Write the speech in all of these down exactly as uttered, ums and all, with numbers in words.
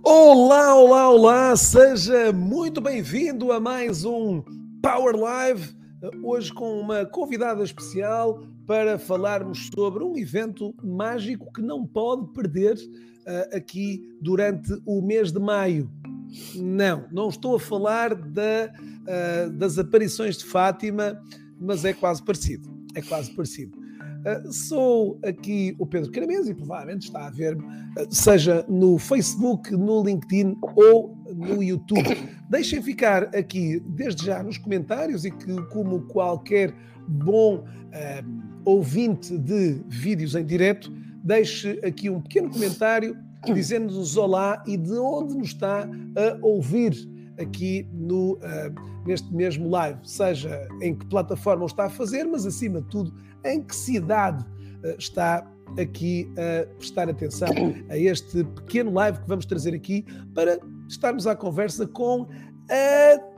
Olá, olá, olá, seja muito bem-vindo a mais um Power Live, hoje com uma convidada especial para falarmos sobre um evento mágico que não pode perder uh, aqui durante o mês de maio. Não, não estou a falar da, uh, das aparições de Fátima, mas é quase parecido, é quase parecido. Uh, sou aqui o Pedro Caramês e provavelmente está a ver-me, uh, seja no Facebook, no LinkedIn ou no YouTube. Deixem ficar aqui desde já nos comentários e que, como qualquer bom uh, ouvinte de vídeos em direto, deixe aqui um pequeno comentário dizendo-nos olá e de onde nos está a ouvir aqui no, uh, neste mesmo live, seja em que plataforma o está a fazer, mas acima de tudo, em que cidade uh, está aqui a prestar atenção a este pequeno live que vamos trazer aqui para estarmos à conversa com a...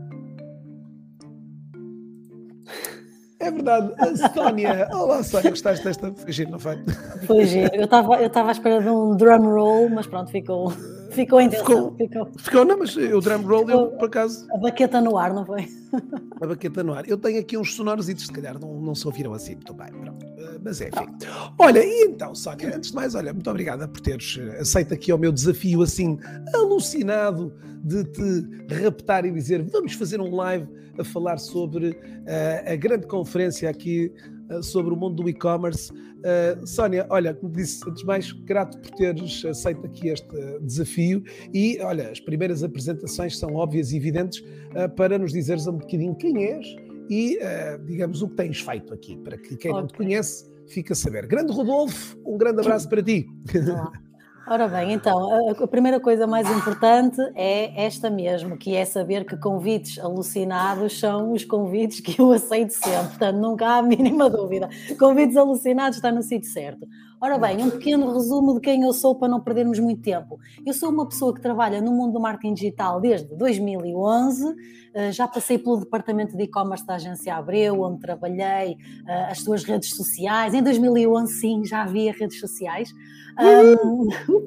É verdade, a Sónia. Olá, Sónia, gostaste desta? Foi giro, não foi? Foi giro. Eu estava eu estava à espera de um drum roll, mas pronto, ficou, ficou em tensão. Ficou, ficou. ficou, não, mas o drum roll, ficou, eu, por acaso... A baqueta no ar, não foi? A baqueta no ar. Eu tenho aqui uns sonoritos, se calhar não, não se ouviram assim muito bem, pronto. Mas é, enfim. Olha, e então, Sónia, antes de mais, olha, muito obrigada por teres aceito aqui ao meu desafio, assim, alucinado de te raptar e dizer, vamos fazer um live a falar sobre uh, a grande conferência aqui uh, sobre o mundo do e-commerce. Uh, Sónia, olha, como disse, antes de mais, grato por teres aceito aqui este desafio e, olha, as primeiras apresentações são óbvias e evidentes uh, para nos dizeres um bocadinho quem és e, uh, digamos, o que tens feito aqui, para que quem okay. não te conhece fique a saber. Grande Rodolfo, um grande abraço para ti. Olá. Ora bem, então, a, a primeira coisa mais importante é esta mesmo, que é saber que convites alucinados são os convites que eu aceito sempre, portanto, nunca há a mínima dúvida. Convites alucinados está no sítio certo. Ora bem, um pequeno resumo de quem eu sou para não perdermos muito tempo. Eu sou uma pessoa que trabalha no mundo do marketing digital desde dois mil e onze, já passei pelo departamento de e-commerce da agência Abreu, onde trabalhei as suas redes sociais. Em dois mil e onze, sim, já havia redes sociais. Um,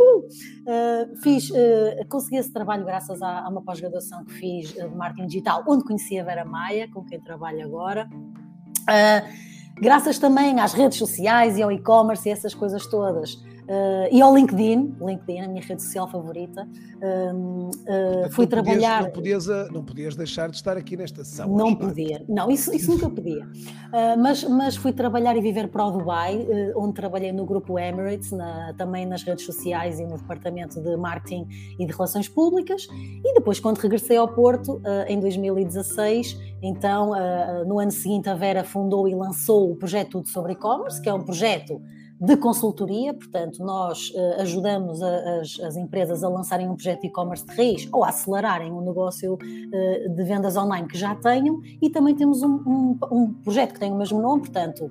uh, fiz, uh, consegui esse trabalho graças a, a uma pós-graduação que fiz uh, de marketing digital, onde conheci a Vera Maia, com quem trabalho agora. Uh, Graças também às redes sociais e ao e-commerce e essas coisas todas. Uh, e ao LinkedIn, LinkedIn, a minha rede social favorita. Uh, uh, fui não trabalhar... Podias, não, podias, não podias deixar de estar aqui nesta sessão. Não hoje, podia. Não, não isso, isso nunca podia. Uh, mas, mas fui trabalhar e viver para o Dubai, uh, onde trabalhei no grupo Emirates, na, também nas redes sociais e no departamento de marketing e de relações públicas. E depois, quando regressei ao Porto, uh, em dois mil e dezasseis, então, uh, no ano seguinte, a Vera fundou e lançou o projeto Tudo sobre e-commerce, que é um projeto de consultoria, portanto, nós uh, ajudamos a, as, as empresas a lançarem um projeto de e-commerce de raiz ou a acelerarem um negócio uh, de vendas online que já tenham, e também temos um, um, um projeto que tem o mesmo nome, portanto,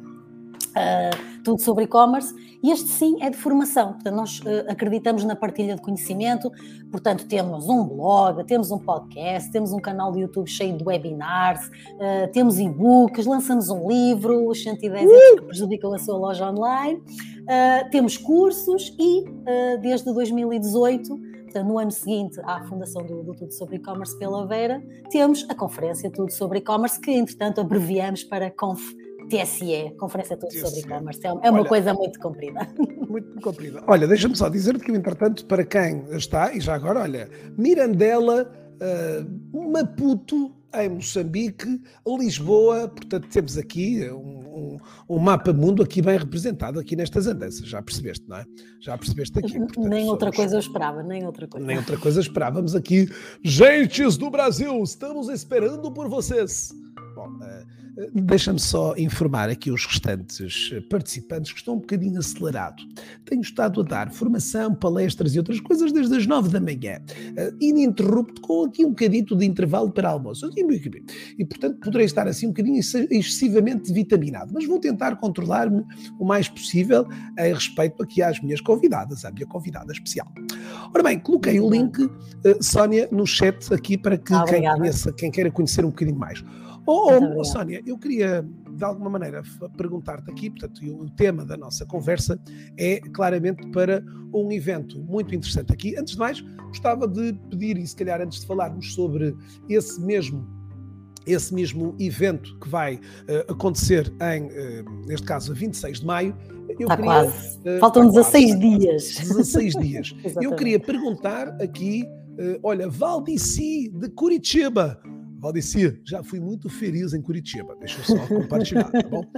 uh, Tudo sobre e-commerce, e este sim é de formação, portanto, nós uh, acreditamos na partilha de conhecimento, portanto, temos um blog, temos um podcast, temos um canal de YouTube cheio de webinars, uh, temos e-books, lançamos um livro, os cento e dez uh! euros que prejudicam a sua loja online, uh, temos cursos e, uh, desde dois mil e dezoito, portanto, no ano seguinte à fundação do, do Tudo sobre e-commerce pela Vera, temos a conferência Tudo sobre e-commerce, que, entretanto, abreviamos para Conf T S E, Conferência Tudo sobre e-commerce. É uma Olha, coisa muito comprida. Muito comprida. Olha, deixa-me só dizer-te que, entretanto, para quem está, e já agora, olha, Mirandela, uh, Maputo, em Moçambique, Lisboa, portanto, temos aqui um, um, um mapa mundo aqui bem representado, aqui nestas andanças, já percebeste, não é? Já percebeste aqui. Portanto, nem somos... outra coisa eu esperava, nem outra coisa. Nem outra coisa esperávamos aqui. Gentes do Brasil, estamos esperando por vocês. Bom, uh, deixa-me só informar aqui os restantes participantes que estão um bocadinho acelerado. Tenho estado a dar formação, palestras e outras coisas desde as nove da manhã, uh, ininterrupto, com aqui um bocadito de intervalo para almoço. E, portanto, poderei estar assim um bocadinho excessivamente vitaminado, mas vou tentar controlar-me o mais possível em respeito aqui às minhas convidadas, à minha convidada especial. Ora bem, coloquei o link, uh, Sónia, no chat aqui para que ah, quem, conheça, quem queira conhecer um bocadinho mais. Oh, oh Sónia, eu queria de alguma maneira, perguntar-te aqui, portanto, o tema da nossa conversa é claramente para um evento muito interessante aqui. Antes de mais, gostava de pedir, e se calhar antes de falarmos sobre esse mesmo esse mesmo evento que vai uh, acontecer em, uh, neste caso, a vinte e seis de maio. Eu está queria, quase. Uh, Faltam está dezasseis quase, dias. dezasseis dias. Eu queria perguntar aqui, uh, olha, Valdici de Curitiba. Valdici, já fui muito feliz em Curitiba. Deixa eu só compartilhar, tá bom?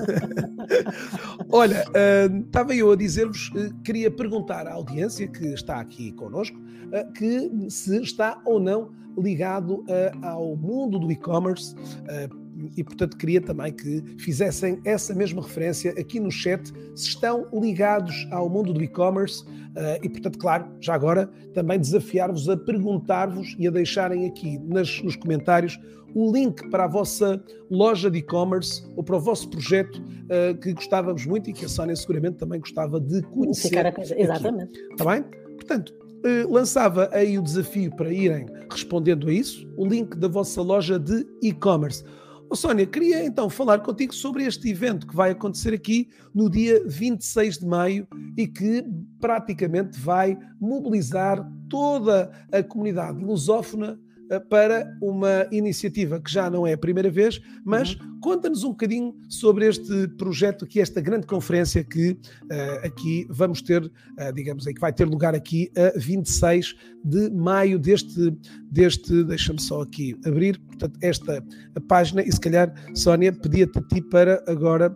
Olha, estava uh, eu a dizer-vos, uh, queria perguntar à audiência que está aqui connosco, uh, que se está ou não ligado uh, ao mundo do e-commerce, uh, e portanto queria também que fizessem essa mesma referência aqui no chat, se estão ligados ao mundo do e-commerce, uh, e portanto, claro, já agora também desafiar-vos a perguntar-vos e a deixarem aqui nas, nos comentários o link para a vossa loja de e-commerce ou para o vosso projeto uh, que gostávamos muito e que a Sónia seguramente também gostava de conhecer. Ficar a coisa. Exatamente. Está bem? Portanto, uh, lançava aí o desafio para irem respondendo a isso, o link da vossa loja de e-commerce. Oh, Sónia, queria então falar contigo sobre este evento que vai acontecer aqui no dia vinte e seis de maio e que praticamente vai mobilizar toda a comunidade lusófona para uma iniciativa que já não é a primeira vez, mas uhum. conta-nos um bocadinho sobre este projeto aqui, esta grande conferência que uh, aqui vamos ter, uh, digamos aí, que vai ter lugar aqui a vinte e seis de maio deste, deste deixa-me só aqui abrir, portanto, esta a página e se calhar, Sónia, pedia-te a ti para agora,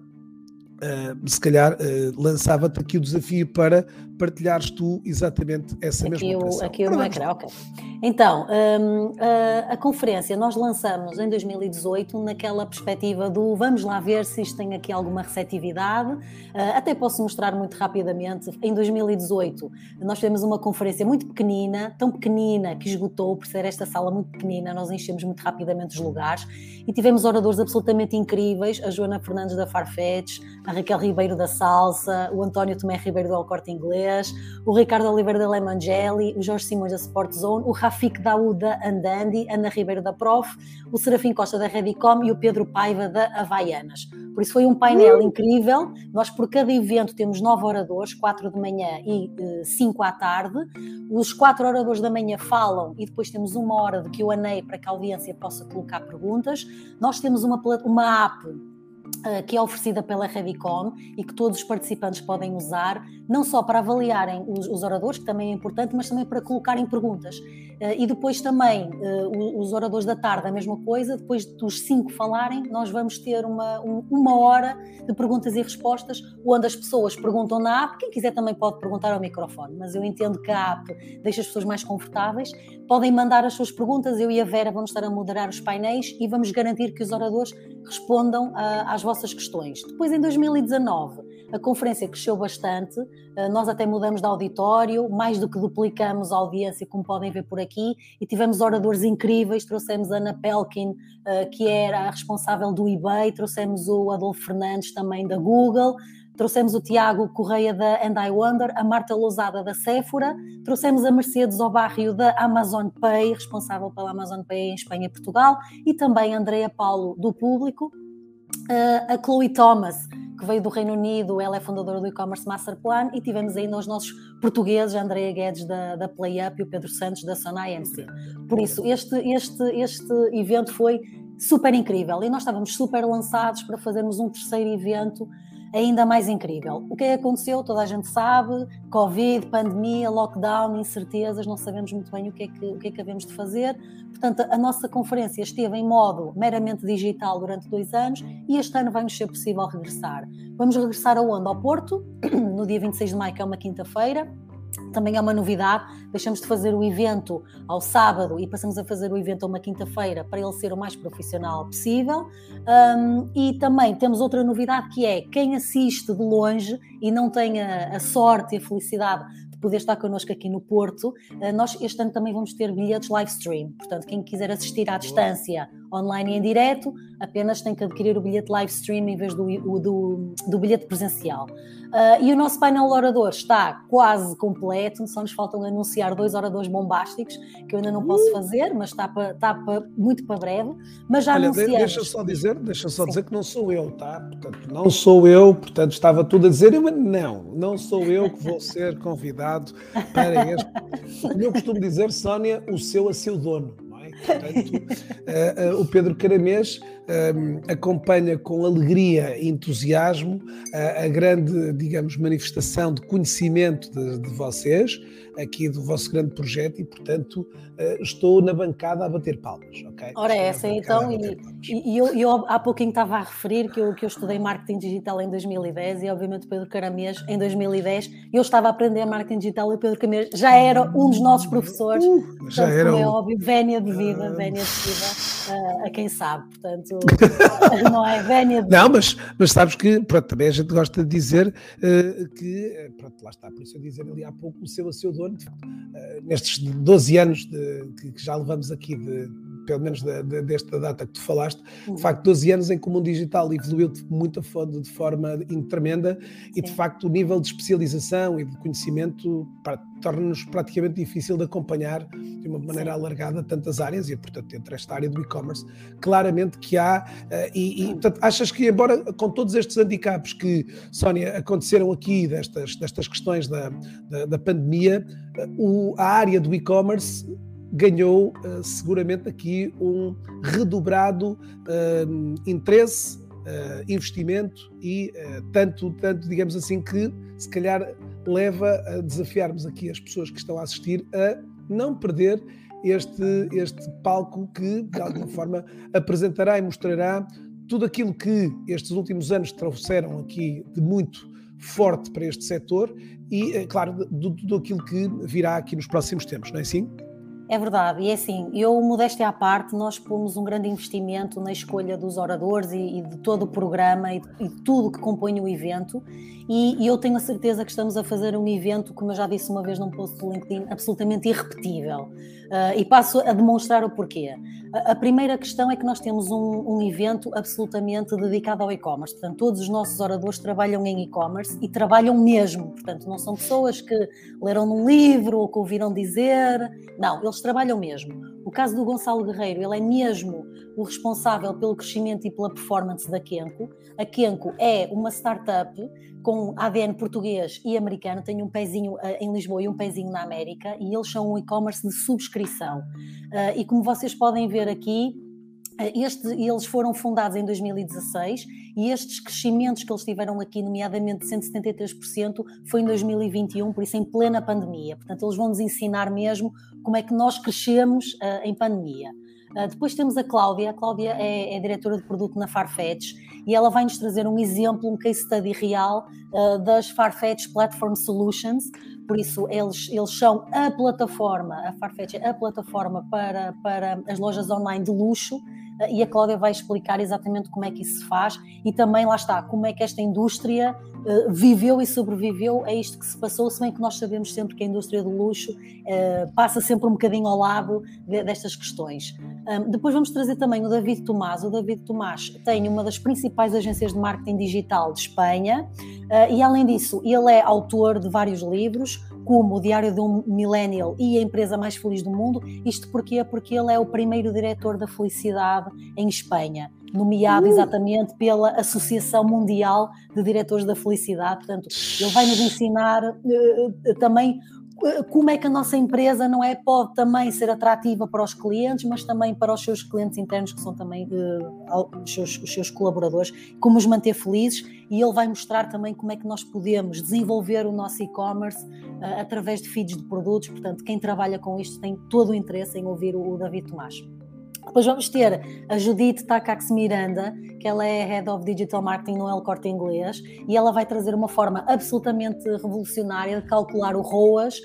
uh, se calhar, uh, lançava-te aqui o desafio para partilhares tu exatamente essa aqui mesma operação. O, aqui o meu ecrã, ok. Então, um, a, a conferência nós lançamos em dois mil e dezoito naquela perspectiva do vamos lá ver se isto tem aqui alguma receptividade, uh, até posso mostrar muito rapidamente. Em dois mil e dezoito nós tivemos uma conferência muito pequenina, tão pequenina que esgotou, por ser esta sala muito pequenina, nós enchemos muito rapidamente os lugares e tivemos oradores absolutamente incríveis, a Joana Fernandes da Farfetch, a Raquel Ribeiro da Salsa, o António Tomé Ribeiro do El Corte Inglês, o Ricardo Oliveira da Lemon Jelly, o Jorge Simões da Sport Zone, o Rafik Daoud da Andandi, Ana Ribeiro da Prof, o Serafim Costa da Redicom e o Pedro Paiva da Havaianas. Por isso foi um painel incrível. Nós por cada evento temos nove oradores, quatro de manhã e uh, cinco à tarde. Os quatro oradores da manhã falam e depois temos uma hora de Q and A para que a audiência possa colocar perguntas. Nós temos uma, uma app Uh, que é oferecida pela Redicom e que todos os participantes podem usar, não só para avaliarem os, os oradores, que também é importante, mas também para colocarem perguntas. Uh, e depois também, uh, os oradores da tarde, a mesma coisa, depois dos cinco falarem, nós vamos ter uma, um, uma hora de perguntas e respostas, onde as pessoas perguntam na app, quem quiser também pode perguntar ao microfone, mas eu entendo que a app deixa as pessoas mais confortáveis, podem mandar as suas perguntas, eu e a Vera vamos estar a moderar os painéis e vamos garantir que os oradores respondam uh, às vossas questões. Depois, em dois mil e dezanove, a conferência cresceu bastante, uh, nós até mudamos de auditório, mais do que duplicamos a audiência, como podem ver por aqui, e tivemos oradores incríveis, trouxemos a Ana Pelkin, uh, que era a responsável do eBay, trouxemos o Adolfo Fernandes também da Google, trouxemos o Tiago Correia da And I Wonder, a Marta Lousada da Sephora, trouxemos a Mercedes Obarrio da Amazon Pay, responsável pela Amazon Pay em Espanha e Portugal, e também a Andrea Paulo do Público, a Chloe Thomas, que veio do Reino Unido, ela é fundadora do e-commerce Master Plan, e tivemos ainda os nossos portugueses, a Andrea Guedes da, da PlayUp e o Pedro Santos da Sona I M C. Por isso, este, este, este evento foi super incrível e nós estávamos super lançados para fazermos um terceiro evento ainda mais incrível. O que é que aconteceu? Toda a gente sabe, Covid, pandemia, lockdown, incertezas, não sabemos muito bem o que é que, o que é que havemos de fazer. Portanto, a nossa conferência esteve em modo meramente digital durante dois anos e este ano vai-nos ser possível regressar. Vamos regressar aonde? Ao Porto, no dia vinte e seis de maio, que é uma quinta-feira. Também é uma novidade, deixamos de fazer o evento ao sábado e passamos a fazer o evento a uma quinta-feira para ele ser o mais profissional possível. Um, e também temos outra novidade, que é quem assiste de longe e não tem a, a sorte e a felicidade de poder estar connosco aqui no Porto, uh, nós este ano também vamos ter bilhetes live stream, portanto quem quiser assistir à distância online e em direto, apenas tem que adquirir o bilhete live stream em vez do, do, do bilhete presencial. Uh, e o nosso painel de oradores está quase completo, só nos faltam anunciar dois oradores bombásticos, que eu ainda não posso fazer, mas está, para, está para, muito para breve. Mas já Olha, anunciamos. Deixa só dizer, deixa só dizer que não sou eu, tá? Portanto, não sou eu, portanto, estava tudo a dizer, eu, não, não sou eu que vou ser convidado para este. Como eu costumo dizer, Sónia, o seu a seu dono. Portanto, uh, uh, o Pedro Caramês uh, acompanha com alegria e entusiasmo uh, a grande, digamos, manifestação de conhecimento de, de vocês, aqui do vosso grande projeto, e, portanto, uh, estou na bancada a bater palmas, ok? Ora, estou essa então, e, e eu, eu há pouquinho estava a referir que eu, que eu estudei marketing digital em dois mil e dez e, obviamente, o Pedro Caramês em dois mil e dez, eu estava a aprender marketing digital e o Pedro Caramês já era um dos nossos professores, uh, portanto, já era como é um... óbvio, vénia de vida, uh... vénia de vida uh, a quem sabe, portanto, não é vénia de Não, mas, mas sabes que, pronto, também a gente gosta de dizer uh, que, pronto, lá está, por isso eu dizer ali há pouco, o seu a seu dono, uh, nestes doze anos de, que, que já levamos aqui, de, pelo menos de, de, desta data que tu falaste, uhum. de facto, doze anos em que o mundo digital evoluiu de muita de, de forma tremenda. Sim. E, de facto, o nível de especialização e de conhecimento para, torna-nos praticamente difícil de acompanhar de uma maneira Sim. alargada tantas áreas, e, portanto, entre esta área do e-commerce, claramente que há, uh, e, e portanto, achas que, embora com todos estes handicaps que, Sónia, aconteceram aqui, destas, destas questões da, da, da pandemia, uh, o, a área do e-commerce ganhou uh, seguramente aqui um redobrado uh, interesse, uh, investimento e uh, tanto, tanto, digamos assim, que se calhar leva a desafiarmos aqui as pessoas que estão a assistir a não perder este, este palco que, de alguma forma, apresentará e mostrará tudo aquilo que estes últimos anos trouxeram aqui de muito forte para este setor e, claro, de tudo aquilo que virá aqui nos próximos tempos, não é assim? É verdade, e é assim, eu, modéstia à parte, nós pomos um grande investimento na escolha dos oradores e, e de todo o programa e de, e de tudo que compõe o evento, e, e eu tenho a certeza que estamos a fazer um evento, como eu já disse uma vez num post do LinkedIn, absolutamente irrepetível, uh, e passo a demonstrar o porquê. A, a primeira questão é que nós temos um, um evento absolutamente dedicado ao e-commerce, portanto todos os nossos oradores trabalham em e-commerce e trabalham mesmo, portanto não são pessoas que leram num livro ou que ouviram dizer, não, eles trabalham mesmo. O caso do Gonçalo Guerreiro, ele é mesmo o responsável pelo crescimento e pela performance da Kenko. A Kenko é uma startup com A D N português e americano, tem um pezinho em Lisboa e um pezinho na América, e eles são um e-commerce de subscrição. E como vocês podem ver aqui, Este, eles foram fundados em dois mil e dezasseis e estes crescimentos que eles tiveram aqui, nomeadamente de cento e setenta e três por cento, foi em dois mil e vinte e um, por isso em plena pandemia. Portanto, eles vão nos ensinar mesmo como é que nós crescemos uh, em pandemia. Uh, depois temos a Cláudia. A Cláudia é, é diretora de produto na Farfetch e ela vai nos trazer um exemplo, um case study real uh, das Farfetch Platform Solutions. Por isso, eles, eles são a plataforma, a Farfetch é a plataforma para, para as lojas online de luxo, e a Cláudia vai explicar exatamente como é que isso se faz e também, lá está, como é que esta indústria uh, viveu e sobreviveu a isto que se passou, se bem que nós sabemos sempre que a indústria do luxo uh, passa sempre um bocadinho ao lado de, destas questões. Um, depois vamos trazer também o David Tomás. O David Tomás tem uma das principais agências de marketing digital de Espanha uh, e, além disso, ele é autor de vários livros, como o Diário de um Millennial e a Empresa Mais Feliz do Mundo. Isto porquê? Porque ele é o primeiro diretor da felicidade em Espanha, nomeado uh. exatamente pela Associação Mundial de Diretores da Felicidade. Portanto, ele vai nos ensinar uh, também como é que a nossa empresa não é, pode também ser atrativa para os clientes, mas também para os seus clientes internos, que são também uh, os, seus, os seus colaboradores, como os manter felizes, e ele vai mostrar também como é que nós podemos desenvolver o nosso e-commerce uh, através de feeds de produtos. Portanto, quem trabalha com isto tem todo o interesse em ouvir o, o David Tomás. Depois vamos ter a Judith Takacs Miranda, que ela é Head of Digital Marketing no El Corte Inglês, e ela vai trazer uma forma absolutamente revolucionária de calcular o R O A S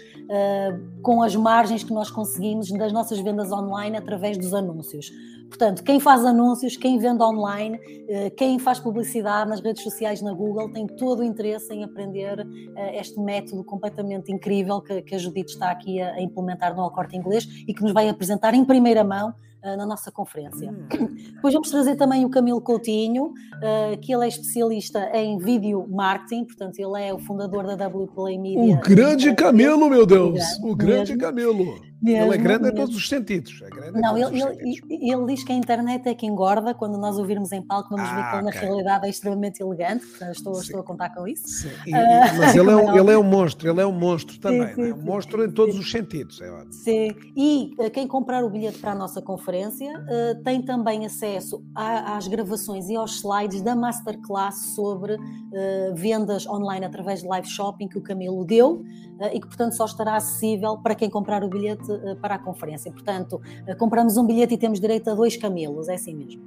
uh, com as margens que nós conseguimos das nossas vendas online através dos anúncios. Portanto, quem faz anúncios, quem vende online, uh, quem faz publicidade nas redes sociais, na Google, tem todo o interesse em aprender uh, este método completamente incrível que, que a Judith está aqui a, a implementar no El Corte Inglês e que nos vai apresentar em primeira mão uh, na nossa conferência. Hum. Depois vamos trazer também o Camilo Coutinho, uh, que ele é especialista em vídeo marketing, portanto ele é o fundador da W Play Media. O grande Camilo, meu Deus! O grande mesmo. Camilo! Mesmo, ele é grande mesmo. em todos os sentidos. É grande não, em ele, todos ele, os sentidos. ele diz que a internet é que engorda. Quando nós o virmos em palco, vamos ah, ver que ele, okay. na realidade, é extremamente elegante. Portanto, estou, estou a contar com isso. Sim. E, e, mas ele é, um, ele é um monstro, ele é um monstro também. Sim, sim, é um monstro sim, em todos sim. os sentidos. É ótimo. Sim, e uh, quem comprar o bilhete para a nossa conferência uh, tem também acesso a, às gravações e aos slides da Masterclass sobre uh, vendas online através de live shopping que o Camilo deu uh, e que, portanto, só estará acessível para quem comprar o bilhete uh, para a conferência. Portanto, uh, compramos um bilhete e temos direito a dois camelos, é assim mesmo.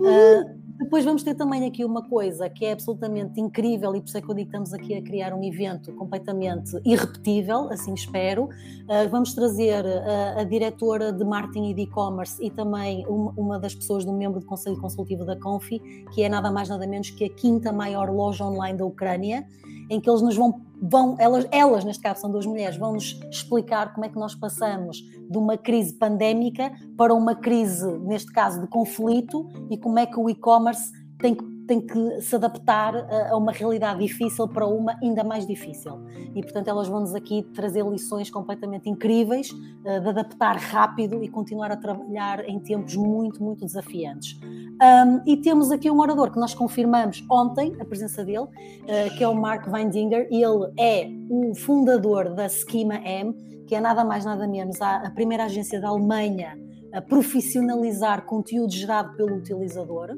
Uh, depois vamos ter também aqui uma coisa que é absolutamente incrível e por isso é que eu digo que estamos aqui a criar um evento completamente irrepetível, assim espero. Uh, vamos trazer uh, a diretora de marketing e de e-commerce e também uma, uma das pessoas do membro do Conselho Consultivo da Confi, que é nada mais nada menos que a quinta maior loja online da Ucrânia, em que eles nos vão, vão elas, elas neste caso são duas mulheres, vão-nos explicar como é que nós passamos de uma crise pandémica para uma crise, neste caso, de conflito e como é que o e-commerce tem que, tem que se adaptar a, a uma realidade difícil para uma ainda mais difícil. E, portanto, elas vão-nos aqui trazer lições completamente incríveis uh, de adaptar rápido e continuar a trabalhar em tempos muito, muito desafiantes. Um, e temos aqui um orador que nós confirmamos ontem, a presença dele, uh, que é o Mark Weindinger. Ele é o fundador da Schema M, que é nada mais nada menos a, a primeira agência da Alemanha a profissionalizar conteúdo gerado pelo utilizador.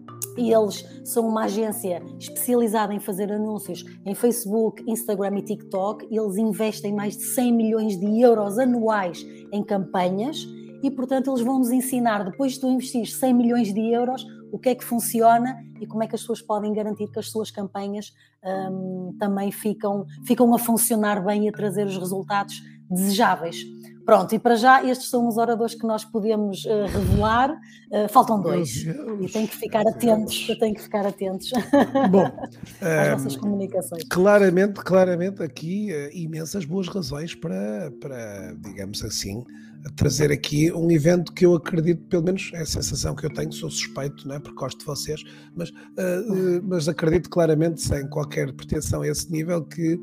E eles são uma agência especializada em fazer anúncios em Facebook, Instagram e TikTok. Eles investem mais de cem milhões de euros anuais em campanhas e, portanto, eles vão nos ensinar, depois de tu investir cem milhões de euros, o que é que funciona e como é que as pessoas podem garantir que as suas campanhas um, também ficam, ficam a funcionar bem e a trazer os resultados desejáveis. Pronto, e para já estes são os oradores que nós podemos uh, revelar. Uh, faltam dois. Deus, e tenho que ficar Deus. atentos, eu tenho que ficar atentos Bom, às um, nossas comunicações. Claramente, claramente aqui uh, imensas boas razões para, para, digamos assim, trazer aqui um evento que eu acredito, pelo menos é a sensação que eu tenho, sou suspeito, não é? Porque gosto de vocês, mas, uh, uh, mas acredito claramente, sem qualquer pretensão a esse nível, que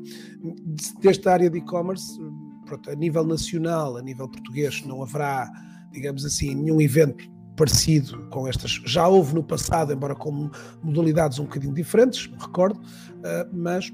desta área de e-commerce, pronto, a nível nacional, a nível português, não haverá, digamos assim, nenhum evento parecido com estas. Já houve no passado, embora com modalidades um bocadinho diferentes, me recordo, mas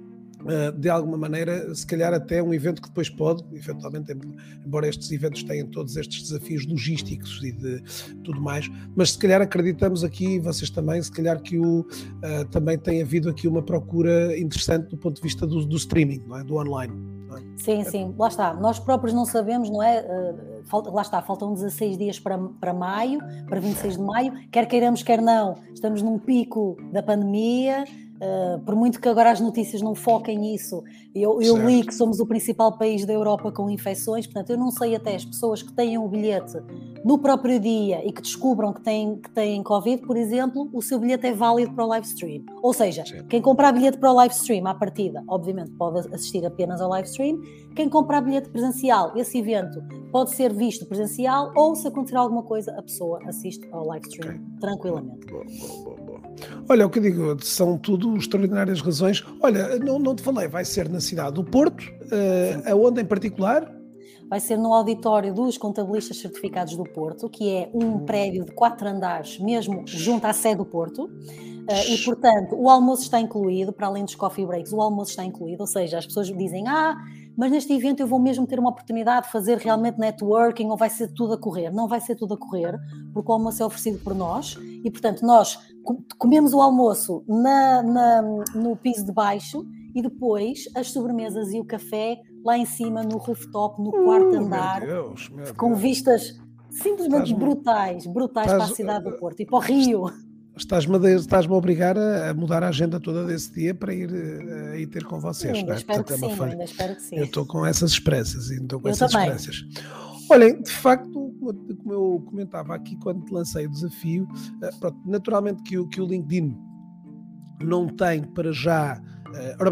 de alguma maneira, se calhar até um evento que depois pode, eventualmente, embora estes eventos tenham todos estes desafios logísticos e de tudo mais, mas se calhar acreditamos aqui, vocês também, se calhar que o, uh, também tem havido aqui uma procura interessante do ponto de vista do, do streaming, não é? Do online. Não é? Sim, sim, lá está, nós próprios não sabemos, não é? Uh, falta, lá está, faltam dezasseis dias para, para maio, para vinte e seis de maio, quer queiramos, quer não, estamos num pico da pandemia. Uh, por muito que agora as notícias não foquem nisso, eu, eu li que somos o principal país da Europa com infecções, portanto eu não sei até as pessoas que tenham o bilhete no próprio dia e que descubram que têm, que têm Covid, por exemplo, o seu bilhete é válido para o live stream. Ou seja, Sim. quem comprar bilhete para o live stream à partida, obviamente pode assistir apenas ao live stream. Quem comprar bilhete presencial, esse evento pode ser visto presencial ou, se acontecer alguma coisa, a pessoa assiste ao live stream okay. tranquilamente. Boa, boa, boa, boa. Olha, o que eu digo, são tudo extraordinárias razões. Olha, não, não te falei, vai ser na cidade do Porto, uh, aonde em particular? Vai ser no auditório dos Contabilistas Certificados do Porto, que é um prédio de quatro andares, mesmo junto à sede do Porto. Uh, e, portanto, o almoço está incluído, para além dos coffee breaks, o almoço está incluído, ou seja, as pessoas dizem, ah, mas neste evento eu vou mesmo ter uma oportunidade de fazer realmente networking ou vai ser tudo a correr? Não vai ser tudo a correr, porque o almoço é oferecido por nós e, portanto, nós comemos o almoço na, na, no piso de baixo e depois as sobremesas e o café lá em cima no rooftop, no quarto uh, andar, meu Deus, meu com Deus. vistas simplesmente Estás-me... brutais, brutais Estás... para a cidade do Porto e para o Rio. Estás-me a, estás-me a obrigar a mudar a agenda toda desse dia para ir, a ir ter com vocês. Sim, ainda, não é? espero Portanto, que é sim, ainda espero que sim. Eu estou com essas esperanças. Estou com eu essas também. esperanças. Olhem, de facto, como eu comentava aqui quando te lancei o desafio, pronto, naturalmente que o, que o LinkedIn não tem para já... Ora bem,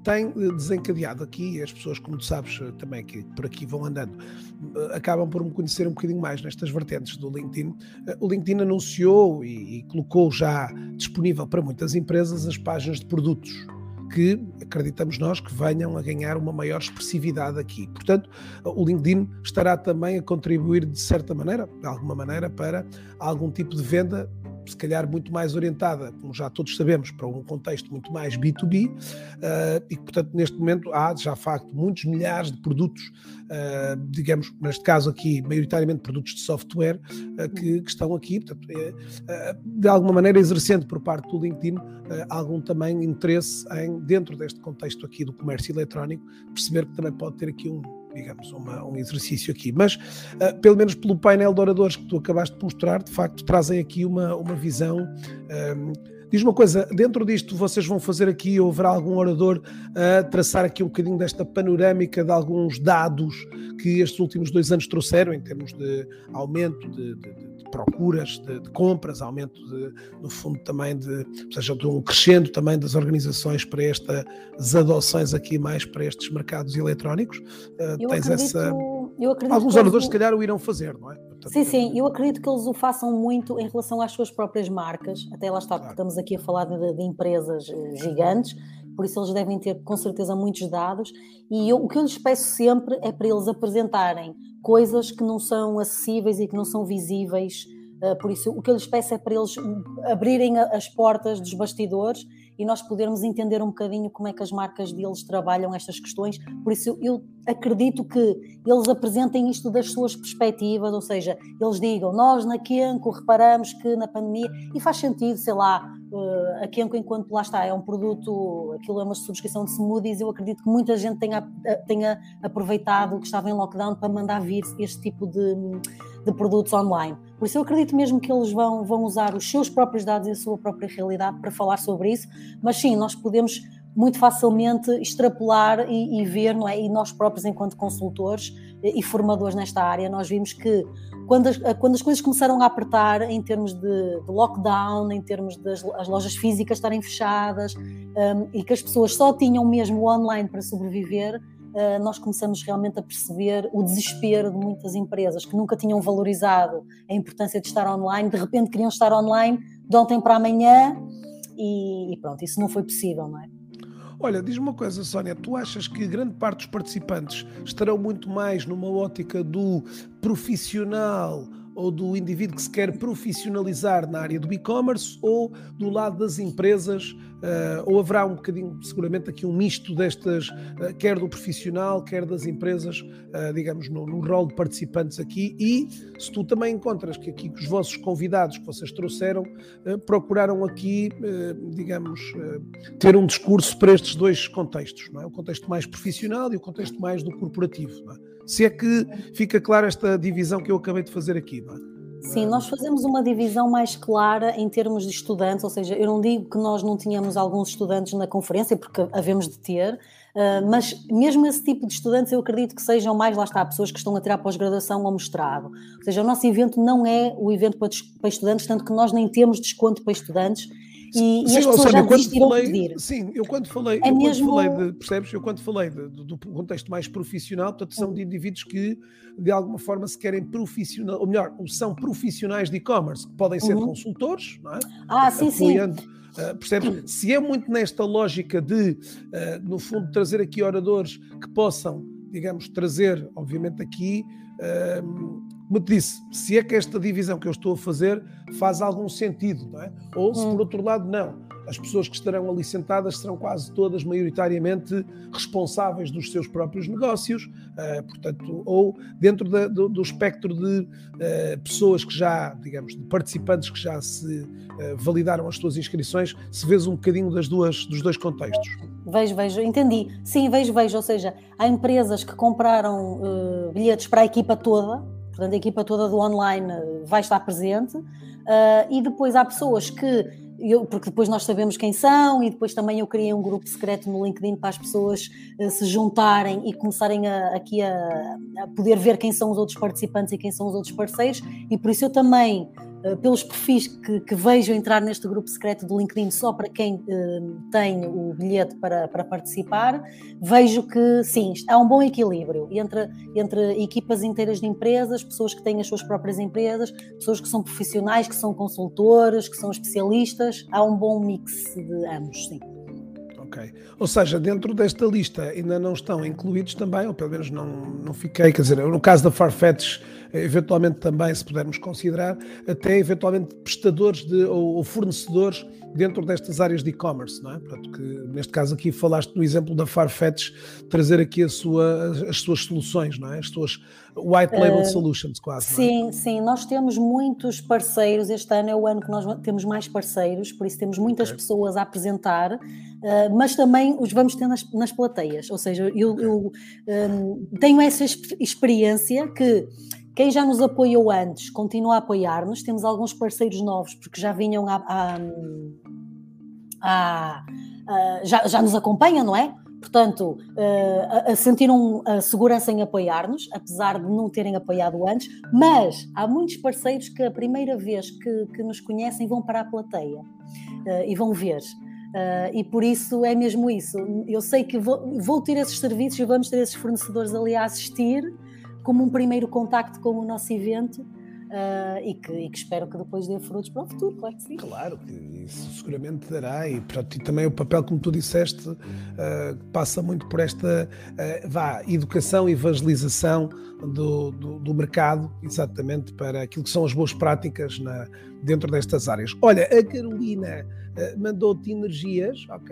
tem desencadeado aqui, as pessoas, como tu sabes, também que por aqui vão andando, acabam por me conhecer um bocadinho mais nestas vertentes do LinkedIn. O LinkedIn anunciou e, e colocou já disponível para muitas empresas as páginas de produtos, que acreditamos nós que venham a ganhar uma maior expressividade aqui. Portanto, o LinkedIn estará também a contribuir de certa maneira, de alguma maneira, para algum tipo de venda, se calhar muito mais orientada, como já todos sabemos, para um contexto muito mais B dois B, uh, e portanto neste momento há já de facto muitos milhares de produtos, uh, digamos, neste caso aqui, maioritariamente produtos de software, uh, que, que estão aqui, portanto, é, uh, de alguma maneira exercendo por parte do LinkedIn uh, algum também interesse em, dentro deste contexto aqui do comércio eletrónico, perceber que também pode ter aqui um, digamos, uma, um exercício aqui, mas uh, pelo menos pelo painel de oradores que tu acabaste de mostrar, de facto trazem aqui uma, uma visão. Um, diz uma coisa, dentro disto vocês vão fazer aqui, ou haverá algum orador a traçar aqui um bocadinho desta panorâmica de alguns dados que estes últimos dois anos trouxeram em termos de aumento de, de, de procuras, de, de compras, aumento de, no fundo também de, ou seja, de um crescendo também das organizações para estas adoções aqui mais para estes mercados eletrónicos. Uh, eu tens acredito, essa... eu acredito Alguns que oradores eles... se calhar o irão fazer, não é? Portanto, sim, sim, eu acredito que eles o façam muito em relação às suas próprias marcas, até lá está, claro. Porque estamos aqui a falar de, de empresas gigantes, por isso eles devem ter com certeza muitos dados, e eu, o que eu lhes peço sempre é para eles apresentarem coisas que não são acessíveis e que não são visíveis, uh, por isso o que eu lhes peço é para eles abrirem as portas dos bastidores e nós podermos entender um bocadinho como é que as marcas deles trabalham estas questões. Por isso eu, eu acredito que eles apresentem isto das suas perspectivas, ou seja, eles digam, nós na Kenko reparamos que na pandemia, e faz sentido, sei lá, uh, a Kenko enquanto lá está, é um produto, aquilo é uma subscrição de smoothies, eu acredito que muita gente tenha, tenha aproveitado que estava em lockdown para mandar vir este tipo de, de produtos online. Por isso eu acredito mesmo que eles vão, vão usar os seus próprios dados e a sua própria realidade para falar sobre isso, mas sim, nós podemos muito facilmente extrapolar e, e ver, não é? E nós próprios enquanto consultores e formadores nesta área, nós vimos que quando as, quando as coisas começaram a apertar em termos de, de lockdown, em termos das as lojas físicas estarem fechadas, um, e que as pessoas só tinham mesmo o online para sobreviver, Uh, nós começamos realmente a perceber o desespero de muitas empresas que nunca tinham valorizado a importância de estar online, de repente queriam estar online de ontem para amanhã e, e pronto, isso não foi possível, não é? Olha, diz-me uma coisa, Sónia, tu achas que grande parte dos participantes estarão muito mais numa ótica do profissional ou do indivíduo que se quer profissionalizar na área do e-commerce ou do lado das empresas, uh, ou haverá um bocadinho, seguramente aqui um misto destas, uh, quer do profissional, quer das empresas, uh, digamos, no, no rol de participantes aqui, e se tu também encontras que aqui que os vossos convidados que vocês trouxeram uh, procuraram aqui, uh, digamos, uh, ter um discurso para estes dois contextos, não é? O contexto mais profissional e o contexto mais do corporativo, não é? Se é que fica clara esta divisão que eu acabei de fazer aqui, não é? Sim, nós fazemos uma divisão mais clara em termos de estudantes, ou seja, eu não digo que nós não tínhamos alguns estudantes na conferência, porque havemos de ter, mas mesmo esse tipo de estudantes eu acredito que sejam mais, lá está, pessoas que estão a tirar pós-graduação ou mestrado. Ou seja, o nosso evento não é o evento para, para estudantes, tanto que nós nem temos desconto para estudantes. E, e sim, as pessoas seja, já desistiram de vir. Sim, eu quando falei, é eu mesmo... quando falei de, percebes, eu quando falei de, de, do contexto mais profissional, portanto são de indivíduos que de alguma forma se querem profissional, ou melhor, são profissionais de e-commerce, que podem ser uhum. consultores, não é? Ah, sim, apoiando, sim. Uh, percebes? Se é muito nesta lógica de, uh, no fundo, trazer aqui oradores que possam, digamos, trazer, obviamente aqui, uh, como te disse, se é que esta divisão que eu estou a fazer faz algum sentido, não é? Ou se, hum. por outro lado, não. As pessoas que estarão ali sentadas serão quase todas, maioritariamente, responsáveis dos seus próprios negócios, uh, portanto, ou dentro da, do, do espectro de uh, pessoas que já, digamos, de participantes que já se uh, validaram as suas inscrições, se vês um bocadinho das duas, dos dois contextos. Vejo, vejo, entendi. Sim, vejo, vejo, ou seja, há empresas que compraram uh, bilhetes para a equipa toda, portanto, a equipa toda do online vai estar presente, uh, e depois há pessoas que Eu, porque depois nós sabemos quem são e depois também eu criei um grupo secreto no LinkedIn para as pessoas uh, se juntarem e começarem a, aqui a, a poder ver quem são os outros participantes e quem são os outros parceiros, e por isso eu também uh, pelos perfis que, que vejo entrar neste grupo secreto do LinkedIn só para quem uh, tem o bilhete para, para participar, vejo que sim, há um bom equilíbrio entre, entre equipas inteiras de empresas, pessoas que têm as suas próprias empresas, pessoas que são profissionais, que são consultores, que são especialistas, há um bom mix de ambos, sim. Ok. Ou seja, dentro desta lista ainda não estão incluídos também, ou pelo menos não, não fiquei, quer dizer, no caso da Farfetch, eventualmente também, se pudermos considerar, até eventualmente prestadores de, ou, ou fornecedores dentro destas áreas de e-commerce, não é? Portanto, que neste caso aqui falaste no exemplo da Farfetch, trazer aqui a sua, as suas soluções, não é? As suas white label uh, solutions quase, sim, não é? Sim, nós temos muitos parceiros, este ano é o ano que nós temos mais parceiros, por isso temos muitas okay. pessoas a apresentar, uh, mas também os vamos ter nas, nas plateias, ou seja, eu, okay. eu um, tenho essa experiência que quem já nos apoiou antes continua a apoiar-nos, temos alguns parceiros novos porque já vinham a, a, a, a já, já nos acompanham, não é? Portanto, uh, a, a sentiram a segurança em apoiar-nos, apesar de não terem apoiado antes, mas há muitos parceiros que a primeira vez que, que nos conhecem vão para a plateia uh, e vão ver. Uh, e por isso é mesmo isso. Eu sei que vou, vou ter esses serviços e vamos ter esses fornecedores ali a assistir como um primeiro contacto com o nosso evento. Uh, e, que, e que espero que depois dê frutos para o futuro, claro que sim. Claro, que isso seguramente dará, e, portanto, e também o papel, como tu disseste, uh, passa muito por esta uh, vá, educação e evangelização do, do, do mercado, exatamente para aquilo que são as boas práticas na, dentro destas áreas. Olha, a Carolina uh, mandou-te energias, ok?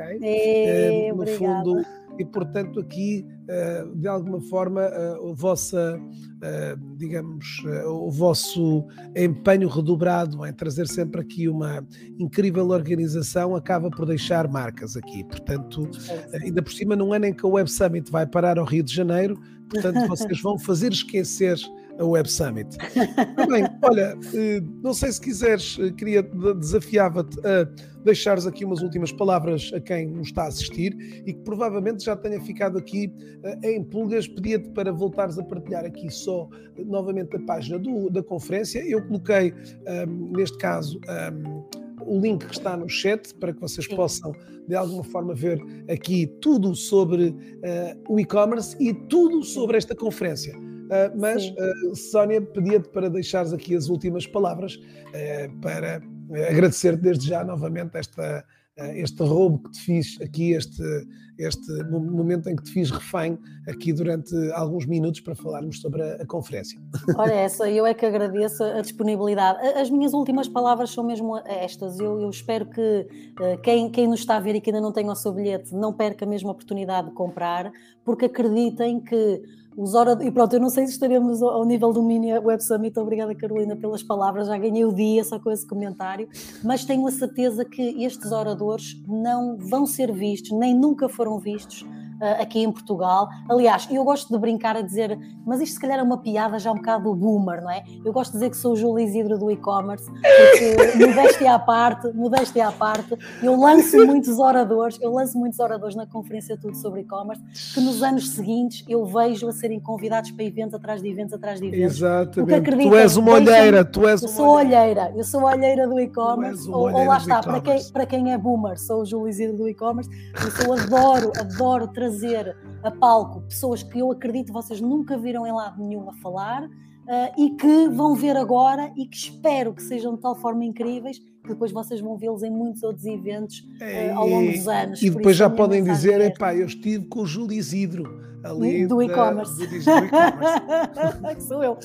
É, uh, no obrigada. fundo, e portanto aqui, uh, de alguma forma, uh, a vossa, uh, digamos, uh, o vosso empenho redobrado em trazer sempre aqui uma incrível organização acaba por deixar marcas aqui. Portanto, uh, ainda por cima não é nem que a Web Summit vai parar ao Rio de Janeiro, portanto vocês vão fazer esquecer a Web Summit. Bem, olha, não sei se quiseres, queria, desafiava-te a deixares aqui umas últimas palavras a quem nos está a assistir e que provavelmente já tenha ficado aqui em pulgas. Pedia-te para voltares a partilhar aqui só novamente a página do, da conferência. Eu coloquei, um, neste caso, um, o link que está no chat para que vocês possam de alguma forma ver aqui tudo sobre uh, o e-commerce e tudo sobre esta conferência. Uh, mas, uh, Sónia, pedia-te para deixares aqui as últimas palavras uh, para uh, agradecer-te desde já novamente esta, uh, este roubo que te fiz aqui, este, este momento em que te fiz refém aqui durante alguns minutos para falarmos sobre a, a conferência. Ora, essa, eu é que agradeço a disponibilidade. As minhas últimas palavras são mesmo estas. Eu, eu espero que uh, quem, quem nos está a ver e que ainda não tem o seu bilhete não perca a mesma oportunidade de comprar, porque acreditem que os oradores, e pronto, eu não sei se estaremos ao nível do Mini Web Summit, obrigada Carolina pelas palavras, já ganhei o dia só com esse comentário, mas tenho a certeza que estes oradores não vão ser vistos, nem nunca foram vistos uh, aqui em Portugal. Aliás, eu gosto de brincar a dizer, mas isto se calhar é uma piada já um bocado boomer, não é? Eu gosto de dizer que sou o Júlio Isidro do e-commerce, porque modéstia à parte, modéstia à parte, eu lanço muitos oradores, eu lanço muitos oradores na conferência Tudo sobre e-commerce, que nos anos seguintes eu vejo a serem convidados para eventos atrás de eventos atrás de eventos. Exatamente. Tu és uma olheira, tu és eu uma sou olheira, eu sou olheira do e-commerce, ou, ou lá está, para quem, para quem é boomer, sou o Júlio Isidro do e-commerce, eu adoro, adoro trazer a palco pessoas que eu acredito vocês nunca viram em lado nenhum a falar, Uh, e que vão ver agora e que espero que sejam de tal forma incríveis que depois vocês vão vê-los em muitos outros eventos uh, ao longo dos anos. E depois já podem dizer, epá, eu estive com o Júlio Isidro ali do e-commerce. Do, do e-commerce. Que sou eu.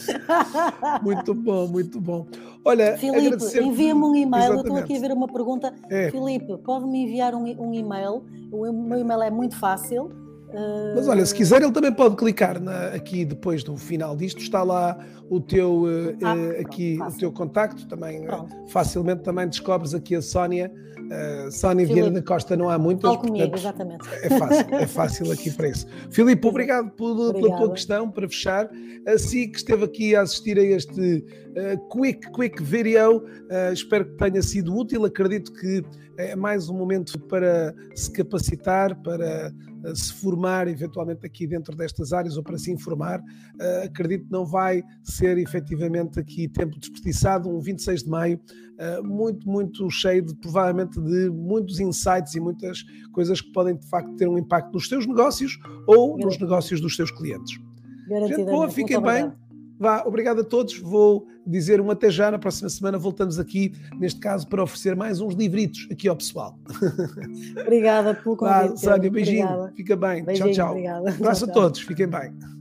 Muito bom, muito bom. Olha, Filipe, envia-me um e-mail. Exatamente. Eu estou aqui a ver uma pergunta. É. Filipe, pode-me enviar um, um e-mail. O meu e-mail é muito fácil. Mas olha, se quiser ele também pode clicar na, aqui depois do final disto, está lá o teu, ah, uh, aqui, pronto, o teu contacto, também uh, facilmente também descobres aqui a Sónia, uh, Sónia Filipe, Vieira da Costa, não há muitas, fala comigo, exatamente. É fácil, é fácil aqui para isso. Filipe, obrigado por, pela tua questão, para fechar, assim que esteve aqui a assistir a este uh, quick, quick video, uh, espero que tenha sido útil, acredito que é mais um momento para se capacitar, para uh, se formar eventualmente aqui dentro destas áreas ou para se informar. Uh, acredito que não vai ser efetivamente aqui tempo desperdiçado, um vinte e seis de maio, uh, muito, muito cheio de, provavelmente, de muitos insights e muitas coisas que podem de facto ter um impacto nos teus negócios ou nos negócios dos teus clientes. Gente boa, fiquem bem. Vá, obrigado a todos. Vou dizer um até já. Na próxima semana voltamos aqui, neste caso, para oferecer mais uns livritos aqui ao pessoal. Obrigada pelo convite. Vá, Sónia, beijinho. Obrigada. Fica bem. Beijinho, tchau, tchau. Obrigada. Um abraço tchau, a tchau. todos. Fiquem bem.